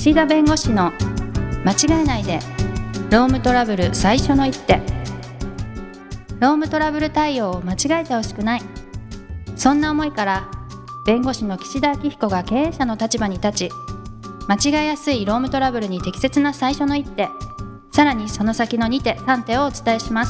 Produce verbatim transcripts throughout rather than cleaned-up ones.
岸田弁護士の間違えないでロームトラブル最初の一手。ロームトラブル対応を間違えてほしくない、そんな思いから弁護士の岸田明彦が経営者の立場に立ち、間違えやすいロームトラブルに適切な最初の一手、さらにその先のに手さん手をお伝えします。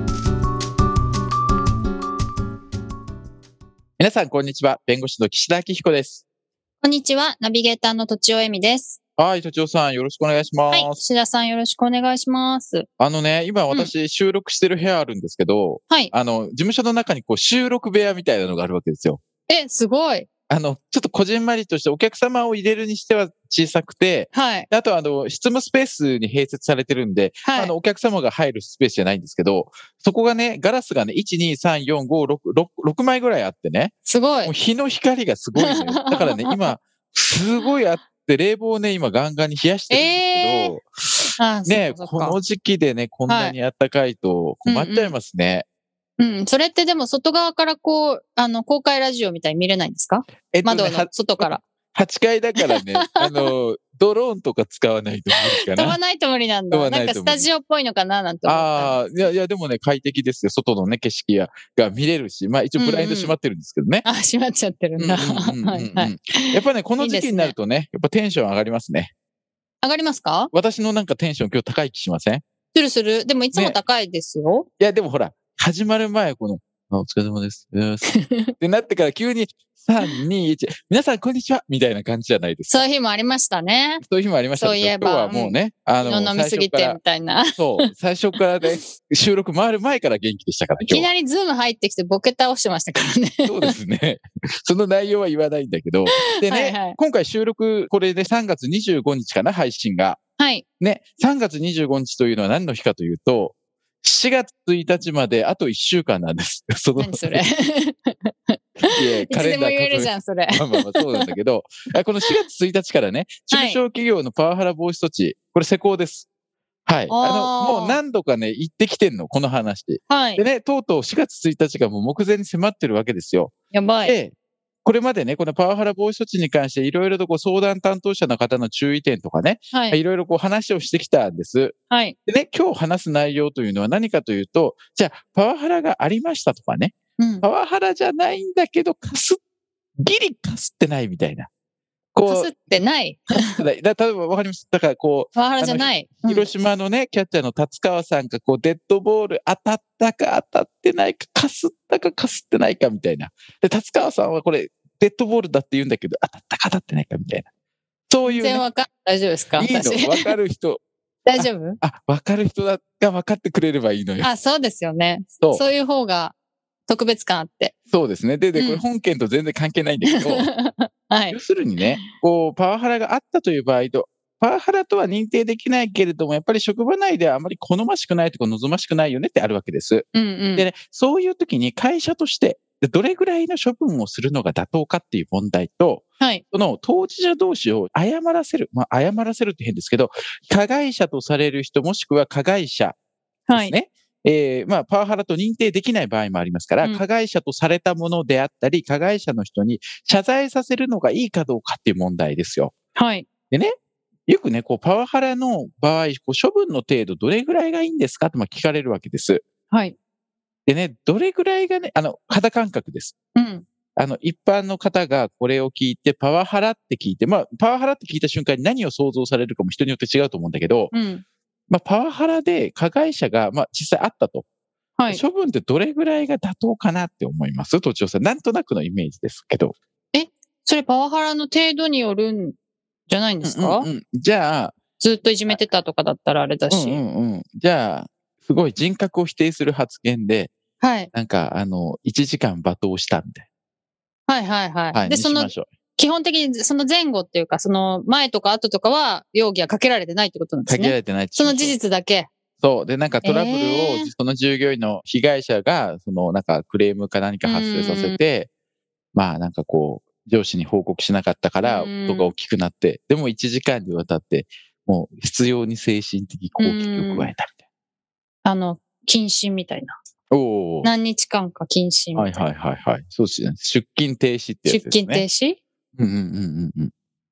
皆さんこんにちは、弁護士の岸田明彦です。 こんにちは、ナビゲーターのとちおえみです。 はい、とちおさんよろしくお願いします。 はい、岸田さんよろしくお願いします。 あのね、今私収録してる部屋あるんですけど、 はい。 あの、事務所の中にこう収録部屋みたいなのがあるわけですよ。 え、すごい。 あの、ちょっとこじんまりとしてお客様を入れるにしては小さくて、 はい。 あとあの、執務スペースに併設されてるんで、 はい。 あの、お客様が入るスペースじゃないんですけど、そこがね、ガラスがね、いち、に、さん、よん、ご、ろく、ろく、ろくまいぐらいあってね、 すごい。 もう日の光がすごいのよ。だからね、今、すごいあって、冷房をね、今ガンガンに冷やしてるんですけど、 えー、あね、 そっかそっかこの時期でね、こんなに暖かいと困っちゃいますね。 うん、うん、それってでも外側からこう、あの、公開ラジオみたいに見れないんですか？ えっとね、 窓の外から。 はちかいだからね、あの、ドローンとか使わないと無理かな。 飛ばないと無理なんだ。なんかスタジオっぽいのかななんて思った。 ああ、いやいや、でもね、快適ですよ。外のね、景色やが見れるし、まあ一応ブラインド閉まってるんですけどね。 うんうん、あ、閉まっちゃってるんだ。はいはい。 やっぱね、この時期になるとね、いいね、やっぱテンション上がりますね。 上がりますか？私のなんかテンション今日高い気しません？ するする。でもいつも高いですよ。 ね、いや、でもほら、始まる前、この、あ、お疲れ様です。ってなってから急にさん、に、いち、皆さんこんにちはみたいな感じじゃないですか。 そういう日もありましたね。 そういう日もありましたね。 そういえば。 今日はもうね、うん、あの、 飲みすぎてみたいな。 そう、最初からね、収録回る前から元気でしたから、 いきなりズーム入ってきてボケ倒してましたからね。 そうですね。その内容は言わないんだけど。でね、はいはい、今回収録、これでさんがつにじゅうごにちかな、配信が。 はい。 ね、さんがつにじゅうごにちというのは何の日かというと、しがつついたちまであといっしゅうかんなんです。 その何それ。いつでも言えるじゃん、それ。 まあまあまあそうなんだけど、このしがつついたちからね、中小企業のパワハラ防止措置、はい、これ施行です。はい。あの、もう何度かね、言ってきてんの、この話。はい。でね、とうとうしがつついたちがもう目前に迫ってるわけですよ。 やばい。 で、これまでね、このパワハラ防止措置に関していろいろとこう相談担当者の方の注意点とかね、はい。いろいろこう話をしてきたんです。はい。でね、今日話す内容というのは何かというと、じゃあ、パワハラがありましたとかね、うん、パワハラじゃないんだけど、かす、ギリかすってないみたいな。 こうかすってない。 だ例えばわかります。だからこう、 パワハラじゃない。 うん、広島のね、キャッチャーの達川さんがこう、デッドボール当たったか当たってないか、かすったかかすってないかみたいな。で、達川さんはこれ、デッドボールだって言うんだけど、当たったか当たってないかみたいな。そういう、ね。 全然わかん大丈夫ですか？ いいの、わかる人。 大丈夫？ あ、わかる人が分かってくれればいいのよ。 あ、そうですよね。そう。そういう方が特別感あって。 そうですね。で、で、これ本件と全然関係ないんだけど、はい、要するにね、こう、パワハラがあったという場合と、パワハラとは認定できないけれども、やっぱり職場内ではあまり好ましくないとか望ましくないよねってあるわけです。うんうん、でね、そういう時に会社として、どれぐらいの処分をするのが妥当かっていう問題と、はい、その当事者同士を謝らせる、まあ、謝らせるって変ですけど、加害者とされる人もしくは加害者ですね。はい、えー、まあ、パワハラと認定できない場合もありますから、うん、加害者とされたものであったり、加害者の人に謝罪させるのがいいかどうかっていう問題ですよ。はい。でね、よくね、こう、パワハラの場合、こう処分の程度どれぐらいがいいんですかってまあ聞かれるわけです。はい。でね、どれぐらいがね、あの、肌感覚です。うん。あの、一般の方がこれを聞いて、パワハラって聞いて、まあ、パワハラって聞いた瞬間に何を想像されるかも人によって違うと思うんだけど、うん。まあ、パワハラで加害者が、まあ、実際あったと。はい。処分ってどれぐらいが妥当かなって思います？とちおさん。なんとなくのイメージですけど。 え、それパワハラの程度によるんじゃないんですか？ うんうんうん、じゃあ。 ずっといじめてたとかだったらあれだし。 うんうんうん。じゃあ、すごい人格を否定する発言で、はい。なんか、あの、いちじかん罵倒したみたいな。はいはいはい。 はい。で、その、 基本的にその前後っていうか、その前とか後とかは容疑はかけられてないってことなんですね。 かけられてないってその事実だけ。 そう。で、なんかトラブルを、その従業員の被害者が、そのなんかクレームか何か発生させて、まあなんかこう、上司に報告しなかったから音が大きくなって、でもいちじかんにわたって、もう必要に精神的攻撃を加えたみたいな。あの、謹慎みたいな。お何日間か謹慎みたいな。 はいはいはいはい。そうですね。出勤停止ってやつですね。 出勤停止？ うんうんうんうん。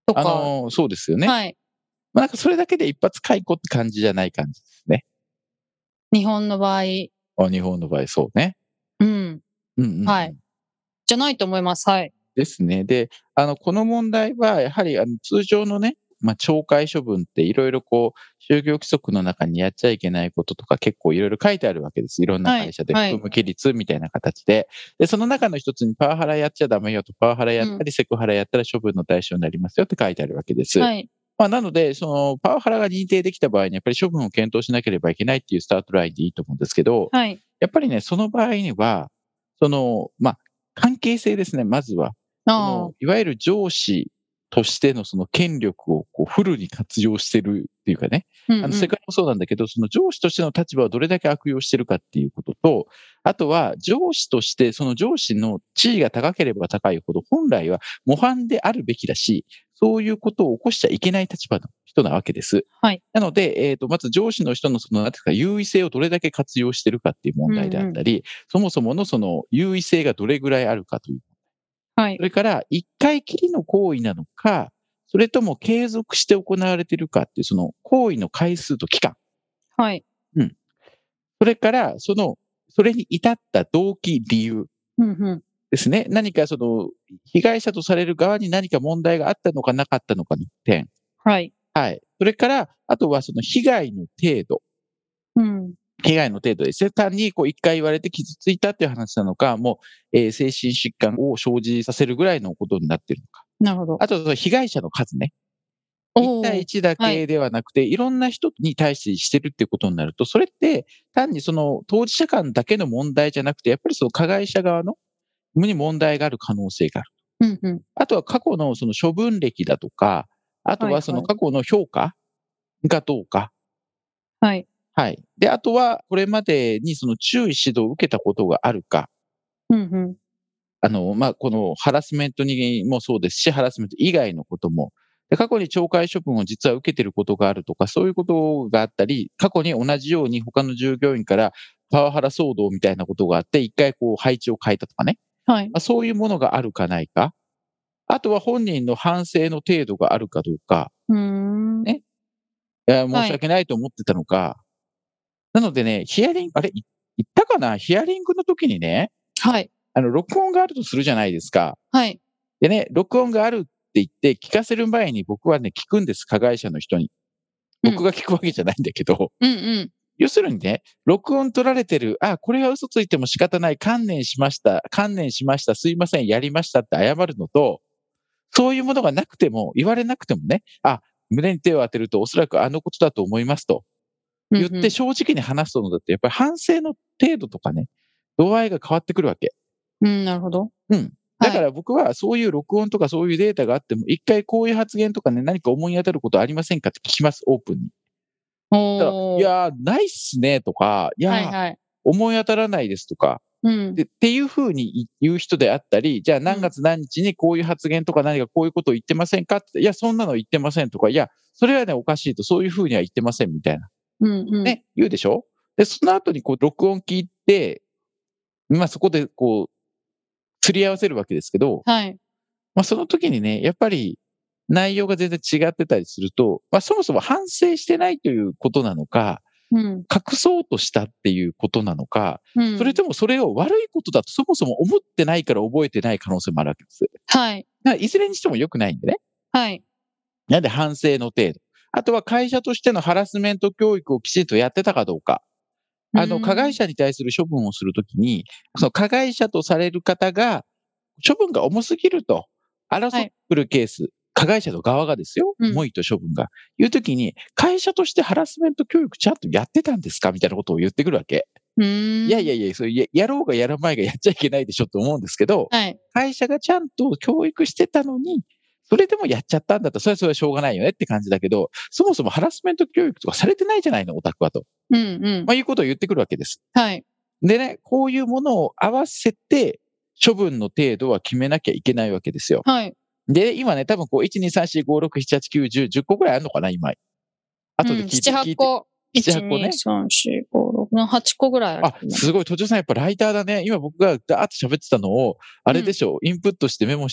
とか。 あのー、そうですよね。 はい。 まあ、なんかそれだけで一発解雇って感じじゃない感じですね。 日本の場合。 あ、日本の場合、そうね。 うん。 うんうんうん。 はい。じゃないと思います。はい。 ですね。で、あの、この問題は、やはり、あの、通常のね、まあ、懲戒処分っていろいろこう、就業規則の中にやっちゃいけないこととか結構いろいろ書いてあるわけです。いろんな会社で、 はい。 含む規律みたいな形で。で、その中の一つにパワハラやっちゃダメよと、パワハラやったり、セクハラやったら処分の対象になりますよって書いてあるわけです。 はい。 まあ、なので、その、パワハラが認定できた場合に、やっぱり処分を検討しなければいけないっていうスタートラインでいいと思うんですけど、 はい。 やっぱりね、その場合には、その、まあ、関係性ですね、まずは。そのいわゆる上司としてのその権力をこうフルに活用してるっていうかね、 うんうん、 あの世界もそうなんだけど、その上司としての立場をどれだけ悪用してるかっていうことと、あとは上司としてその上司の地位が高ければ高いほど、本来は模範であるべきだし、そういうことを起こしちゃいけない立場の人なわけです。 はい、 なので、えーと、まず上司の人のその、なんていうか、優位性をどれだけ活用してるかっていう問題であったり、うんうん、そもそものその優位性がどれぐらいあるかという。 はい。 それから、一回きりの行為なのか、それとも継続して行われているかっていう、その行為の回数と期間。 はい。 うん。それから、その、それに至った動機、理由ですね。 うんうん、 何かその、被害者とされる側に何か問題があったのかなかったのかの点。 はい。 はい。それから、あとはその被害の程度。 うん。 被害の程度ですね。単にこう一回言われて傷ついたっていう話なのか、もう、えー、精神疾患を生じさせるぐらいのことになっているのか。 なるほど。 あと、被害者の数ね。いち対いちだけではなくて、はい、いろんな人に対してしてるっていうことになると、それって単にその当事者間だけの問題じゃなくて、やっぱりその加害者側のに問題がある可能性がある。 うんうん、 あとは過去のその処分歴だとか、あとはその過去の評価がどうか。 はい。 はい。で、あとはこれまでにその注意指導を受けたことがあるか。 うんうん、 あの、まあ、このハラスメントにもそうですし、ハラスメント以外のことも。で過去に懲戒処分を実は受けていることがあるとか、そういうことがあったり、過去に同じように他の従業員からパワハラ騒動みたいなことがあって、一回こう配置を変えたとかね。 はい。 まあ、そういうものがあるかないか。あとは本人の反省の程度があるかどうか。 うーん。 ね。いや、申し訳ないと思ってたのか。はい、なのでね、ヒアリング、あれ、言ったかなヒアリングの時にね。 はい。 あの、録音があるとするじゃないですか。 はい。 でね、録音があるって言って聞かせる前に僕はね、聞くんです、加害者の人に。僕が聞くわけじゃないんだけど。 うんうん。 要するにね、録音取られてる、あ、これは嘘ついても仕方ない、観念しました、観念しました、すいません、やりましたって謝るのと、そういうものがなくても、言われなくてもね、あ、胸に手を当てるとおそらくあのことだと思いますと言って正直に話すのだって、やっぱり反省の程度とかね、度合いが変わってくるわけ。 うん、なるほど。 うん。だから僕はそういう録音とかそういうデータがあっても、一回こういう発言とかね、何か思い当たることありませんかって聞きます、オープンに。 おいやー、ないっすねとか、いやー、はいはい、思い当たらないですとか、うん、でっていうふうに言う人であったり、じゃあ何月何日にこういう発言とか何かこういうことを言ってませんかって、いや、そんなの言ってませんとか、いや、それはね、おかしいと、そういうふうには言ってませんみたいな。 うんうん、 ね、言うでしょ？で、その後にこう録音聞いて、まあそこでこう、すり合わせるわけですけど、 はい。 まあその時にね、やっぱり内容が全然違ってたりすると、まあそもそも反省してないということなのか、うん、隠そうとしたっていうことなのか、うん、それともそれを悪いことだとそもそも思ってないから覚えてない可能性もあるわけです。 はい。 だからいずれにしても良くないんでね。 はい。 なんで反省の程度。あとは会社としてのハラスメント教育をきちんとやってたかどうか。あの、加害者に対する処分をするときに、その加害者とされる方が、処分が重すぎると、争ってくるケース、はい、加害者の側がですよ、重いと処分が、うん、いうときに、会社としてハラスメント教育ちゃんとやってたんですかみたいなことを言ってくるわけ。いやいやいや、それ や, やろうがやる前がやっちゃいけないでしょと思うんですけど、はい、会社がちゃんと教育してたのに、それでもやっちゃったんだと、それはそれはしょうがないよねって感じだけど、そもそもハラスメント教育とかされてないじゃないの、オタクはと。 うんうん。 まあ、いうことを言ってくるわけです。 はい。 でね、こういうものを合わせて、処分の程度は決めなきゃいけないわけですよ。 はい。 で、今ね、多分こう、いち、に、さん、し、ご、ろく、しち、はち、きゅう、じゅう、じゅっこぐらいあるのかな、今。後で聞いて、うん、 なな、はちこ。 なな、はちこね。 いち、に、さん、し、ご、ろく、はちこぐらいある、ね。 あ、すごい、途中さんやっぱライターだね。今僕がダーッと喋ってたのを、あれでしょ、うん、インプットしてメモして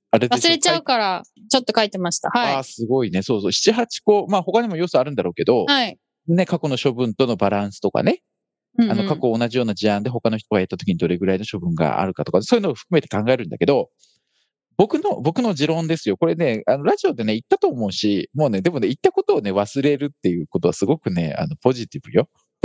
あれでしょ忘れちゃうから、ちょっと書いてました。はい。 ああ、すごいね。そうそう。なな、はちこ、まあ他にも要素あるんだろうけど、 はい。 ね、過去の処分とのバランスとかね、 うんうんあの、過去同じような事案で他の人がやった時にどれぐらいの処分があるかとか、そういうのを含めて考えるんだけど、僕の、僕の持論ですよ。これね、あの、ラジオでね、言ったと思うし、もうね、でもね、言ったことをね、忘れるっていうことはすごくね、あの、ポジティブよ。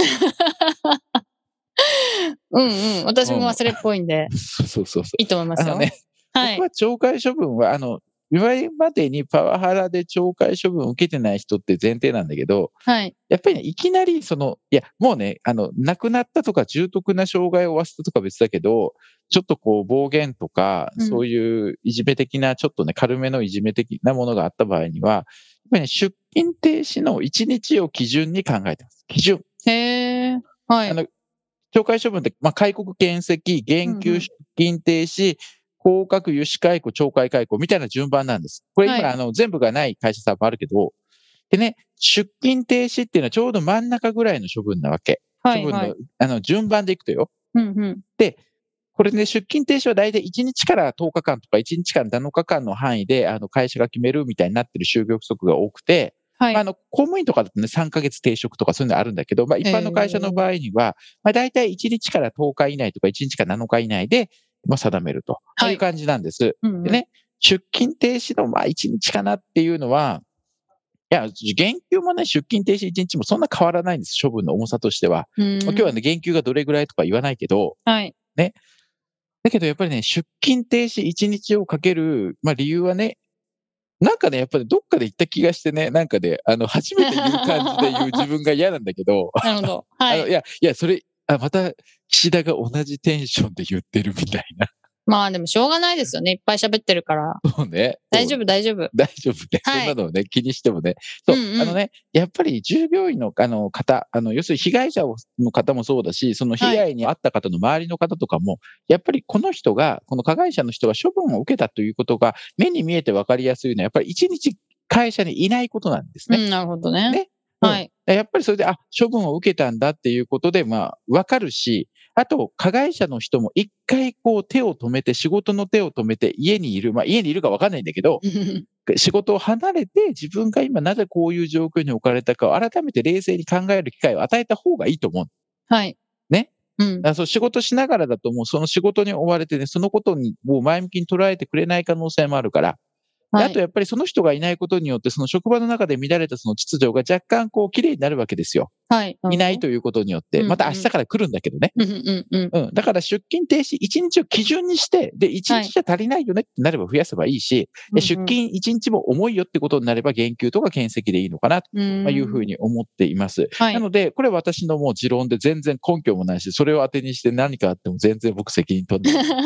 うんうん。私も忘れっぽいんで、 そうそうそうそう。 いいと思いますよ。 あのね、 はい。 僕は懲戒処分は、あの、今までにパワハラで懲戒処分を受けてない人って前提なんだけど、 はい。 やっぱりね、いきなりその、いや、もうね、あの、亡くなったとか重篤な障害を負わせたとか別だけど、ちょっとこう暴言とか、 うんそういういじめ的な、ちょっとね、軽めのいじめ的なものがあった場合には、やっぱりね、出勤停止のいちにちを基準に考えてます。基準。 へえ。はい。 あの、懲戒処分って、まあ、戒告検責、減給出勤停止、降格油脂解雇、懲戒解雇みたいな順番なんです。これ今、 はいあの、全部がない会社さんもあるけど、でね、出勤停止っていうのはちょうど真ん中ぐらいの処分なわけ。処分の、 はいはい。 あの、順番でいくとよ。 うんうん。 これね、出勤停止は大体いちにちからとおかかんとかいちにちからなのかかんの範囲で、あの、会社が決めるみたいになってる就業規則が多くて、 はい。 まあ、あの、公務員とかだとね、さんかげつ停職とかそういうのあるんだけど、まあ、一般の会社の場合には、まあ、大体いちにちからとおか以内とかいちにちからなのか以内で、まあ、定めると。 はいそういう感じなんです。 うんうんでね、出勤停止の、まあ、いちにちかなっていうのは、いや、減給もね、出勤停止いちにちもそんな変わらないんです。処分の重さとしては。 うーんまあ今日はね、減給がどれぐらいとか言わないけど、 はい。 だけどやっぱりね、出勤停止いちにちをかける、まあ理由はね、なんかね、やっぱりどっかで言った気がしてね、なんかで、あの、初めて言う感じで言う自分が嫌なんだけど、 なるほど。はあの、いい。 や、いや、それ、あ、また岸田が同じテンションで言ってるみたいな。 まあでもしょうがないですよね。いっぱい喋ってるから。 そうね。 大丈夫。 夫大丈夫。 大丈夫ね。 はいそんなのをね、気にしてもね。そう、 うんうんあのね、やっぱり従業員の、あの、方、あの、要するに被害者の方もそうだし、その被害に遭った方の周りの方とかも、やっぱりこの人が、この加害者の人が処分を受けたということが、目に見えて分かりやすいのは、やっぱり一日会社にいないことなんですね。 うん、なるほどね。 ね。 はい。 やっぱりそれで、あ、処分を受けたんだっていうことで、まあ、わかるし、あと、加害者の人も一回こう手を止めて、仕事の手を止めて家にいる。まあ、家にいるかわかんないんだけど、仕事を離れて自分が今なぜこういう状況に置かれたかを改めて冷静に考える機会を与えた方がいいと思う。 はい。 ね。 うん。 だからそう仕事しながらだともうその仕事に追われてね、そのことにもう前向きに捉えてくれない可能性もあるから、ではいあとやっぱりその人がいないことによって、その職場の中で乱れたその秩序が若干こう綺麗になるわけですよ。 はい。 いないということによって。 うんうんまた明日から来るんだけどね。 うんうんうん。 うん。だから出勤停止いちにちを基準にして、で、いちにちじゃ足りないよねってなれば増やせばいいし、で出勤いちにちも重いよってことになれば減給とか検責でいいのかなとうんいうふうに思っています。 はいなので、これは私のもう持論で全然根拠もないし、それを当てにして何かあっても全然僕責任取んない。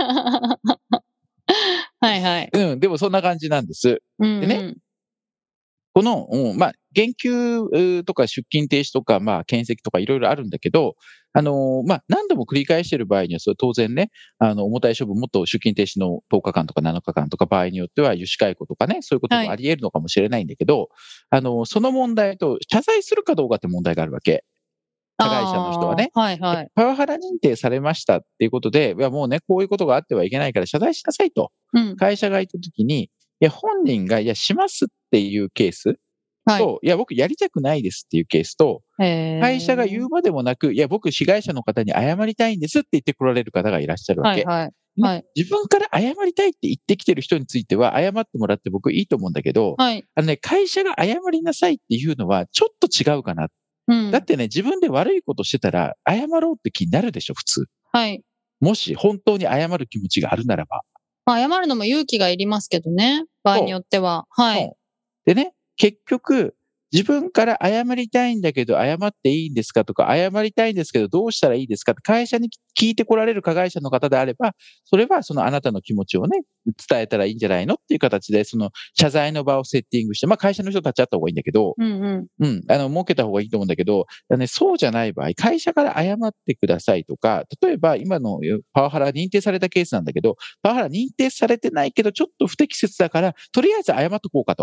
はいはい。 うん。でもそんな感じなんです。 うんでねこの、うん、まあ、減給うーとか出勤停止とか、まあ、検責とかいろいろあるんだけど、あのーまあ、何度も繰り返している場合には、それ当然ね、あの、重たい処分、もっと出勤停止のとおかかんとかなのかかんとか場合によっては、油脂解雇とかね、そういうこともあり得るのかもしれないんだけど、あのーその問題と、謝罪するかどうかって問題があるわけ。加害者の人はね。 あーはいはい。 パワハラ認定されましたっていうことで、いやもうね、こういうことがあってはいけないから謝罪しなさいと、 うん。 会社が言ったときに、いや、本人が、いや、しますっていうケースはい。 と、いや、僕やりたくないですっていうケースと、 へー会社が言うまでもなく、いや、僕被害者の方に謝りたいんですって言って来られる方がいらっしゃるわけ。 はいはい。 ねはい。 自分から謝りたいって言ってきてる人については謝ってもらって僕いいと思うんだけど、 はい。 あのね、会社が謝りなさいっていうのはちょっと違うかな。 うん。 だってね、自分で悪いことしてたら謝ろうって気になるでしょ、普通。 はい。 もし本当に謝る気持ちがあるならば。 まあ、謝るのも勇気がいりますけどね。場合によっては。はい。 そうでね、結局、自分から謝りたいんだけど、謝っていいんですかとか、謝りたいんですけど、どうしたらいいですかって会社に聞いてこられる加害者の方であれば、それはそのあなたの気持ちをね、伝えたらいいんじゃないのっていう形で、その謝罪の場をセッティングして、まあ会社の人たちあった方がいいんだけど、 うんうん。 うん、あの、設けた方がいいと思うんだけど、あのね、そうじゃない場合、会社から謝ってくださいとか、例えば今のパワハラ認定されたケースなんだけど、パワハラ認定されてないけど、ちょっと不適切だから、とりあえず謝っとこうかと。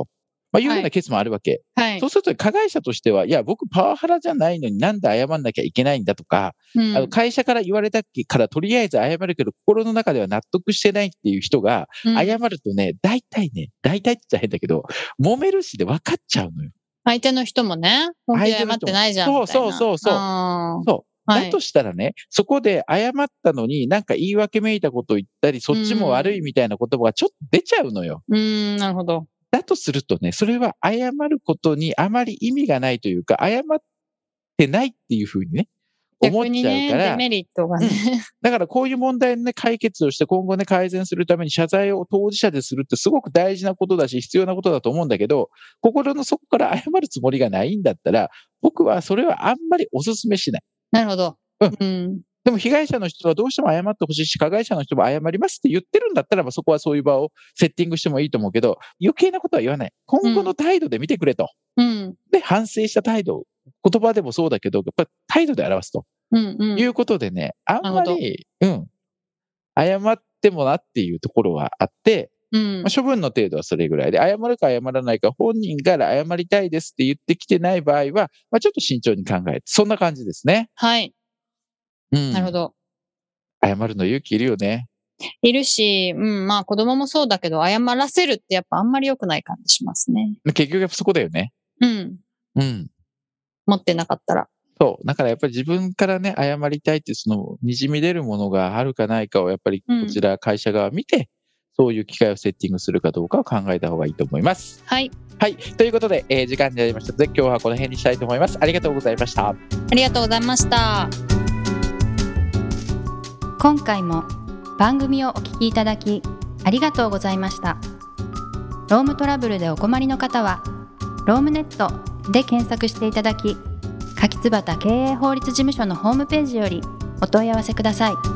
まあ、いうようなケースもあるわけ。 はい。 そうすると加害者としては、いや、僕パワハラじゃないのになんで謝んなきゃいけないんだとか、 うんあの会社から言われたからとりあえず謝るけど、心の中では納得してないっていう人が、 うん謝るとね、大体ね、大体って言ったら変だけど、揉めるしで分かっちゃうのよ。 相手の人もね、本気で謝ってないじゃんみたいな。 そうそうそうそうあーそう。 はいだとしたらね、そこで謝ったのに、なんか言い訳めいたことを言ったり、そっちも悪いみたいな言葉がちょっと出ちゃうのよ。 うーん、なるほど。 だとするとね、それは謝ることにあまり意味がないというか、謝ってないっていうふうにね、思っ逆にちゃうね、 から、 デメリットがね。 だからこういう問題のね、解決をして今後ね、改善するために謝罪を当事者でするってすごく大事なことだし、必要なことだと思うんだけど、心の底から謝るつもりがないんだったら、僕はそれはあんまりお勧めしない。 なるほど。 うんうん。 でも被害者の人はどうしても謝ってほしいし、加害者の人も謝りますって言ってるんだったらば、そこはそういう場をセッティングしてもいいと思うけど、余計なことは言わない。今後の態度で見てくれと。 うん。 で、反省した態度、言葉でもそうだけど、やっぱり態度で表すとうん。うん。 いうことでね、あんまなるほり、うん、謝ってもなっていうところはあって、 うんまあ、処分の程度はそれぐらいで、謝るか謝らないか、本人から謝りたいですって言ってきてない場合は、まあ、ちょっと慎重に考えて、そんな感じですね。 はい。 うん、 なるほど。 謝るの勇気いるよね。 いるし、うん、まあ子供もそうだけど、謝らせるってやっぱあんまり良くない感じしますね。 結局やっぱそこだよね。 うん。 うん。 持ってなかったら。 そう。だからやっぱり自分からね、謝りたいっていうその、にじみ出るものがあるかないかをやっぱりこちら会社側見て、そういう機会をセッティングするかどうかを考えた方がいいと思います。 はい。 はい。ということで、えー時間になりましたので、今日はこの辺にしたいと思います。ありがとうございました。 ありがとうございました。 今回も番組をお聞きいただきありがとうございました。ロームトラブルでお困りの方はロームネットで検索していただき、柿椿経営法律事務所のホームページよりお問い合わせください。